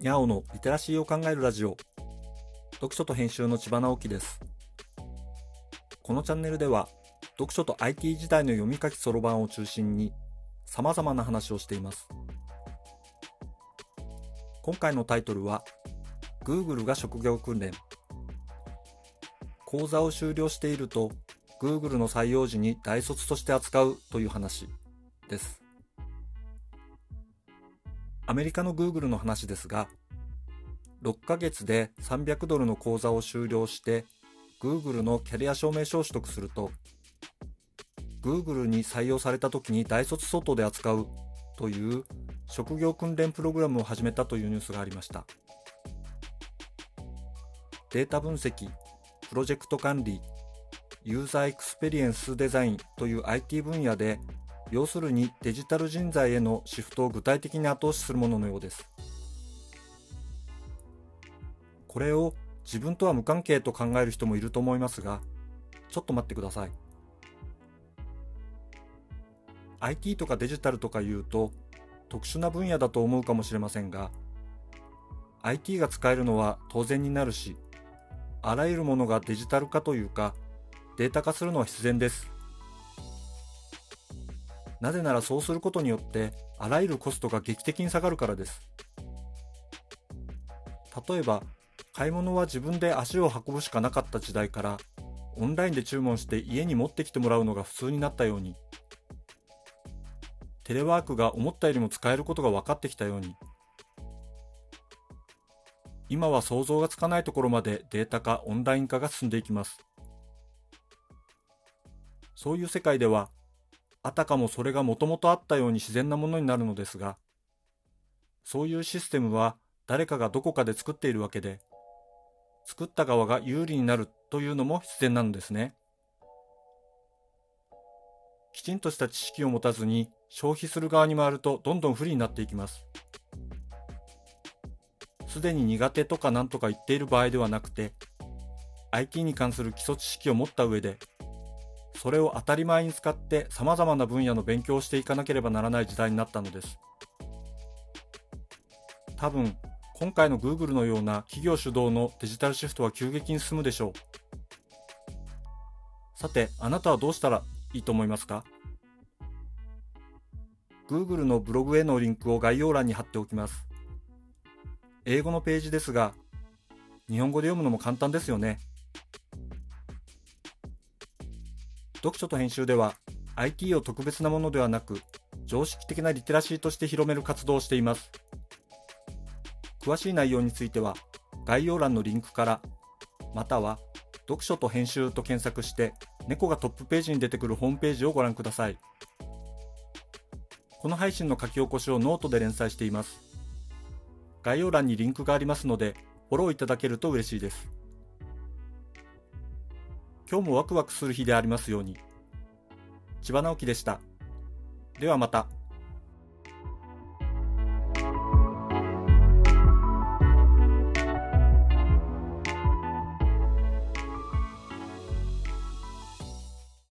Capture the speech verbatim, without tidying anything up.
にゃおのリテラシーを考えるラジオ、読書と編集の千葉直樹です。このチャンネルでは読書と アイティー 時代の読み書きそろばんを中心にさまざまな話をしています。今回のタイトルは Google が職業訓練。講座を修了していると Google の採用時に大卒として扱うという話です。アメリカの Google の話ですが、ろっかげつでさんびゃくドルの講座を修了して Google のキャリア証明書を取得すると Google に採用された時に大卒相当で扱うという職業訓練プログラムを始めたというニュースがありました。データ分析、プロジェクト管理、ユーザーエクスペリエンスデザインという アイティー 分野で、要するにデジタル人材へのシフトを具体的に後押しするもののようです。これを自分とは無関係と考える人もいると思いますが、ちょっと待ってください。アイティー とかデジタルとか言うと特殊な分野だと思うかもしれませんが、アイティー が使えるのは当然になるし、あらゆるものがデジタル化というかデータ化するのは必然です。なぜならそうすることによってあらゆるコストが劇的に下がるからです。例えば買い物は自分で足を運ぶしかなかった時代からオンラインで注文して家に持ってきてもらうのが普通になったように、テレワークが思ったよりも使えることが分かってきたように、今は想像がつかないところまでデータ化、オンライン化が進んでいきます。そういう世界ではあたかもそれがもともとあったように自然なものになるのですが、そういうシステムは誰かがどこかで作っているわけで、作った側が有利になるというのも必然なのですね。きちんとした知識を持たずに消費する側に回るとどんどん不利になっていきます。すでに苦手とか何とか言っている場合ではなくて、アイティー に関する基礎知識を持った上で、それを当たり前に使ってさまざまな分野の勉強をしていかなければならない時代になったのです。多分、今回の Google のような企業主導のデジタルシフトは急激に進むでしょう。さて、あなたはどうしたらいいと思いますか？ Google のブログへのリンクを概要欄に貼っておきます。英語のページですが、日本語で読むのも簡単ですよね。読書と編集では アイティー を特別なものではなく常識的なリテラシーとして広める活動をしています。詳しい内容については概要欄のリンクから、または読書と編集と検索して猫がトップページに出てくるホームページをご覧ください。この配信の書き起こしをノートで連載しています。概要欄にリンクがありますのでフォローいただけると嬉しいです。今日もワクワクする日でありますように。千葉直樹でした。ではまた。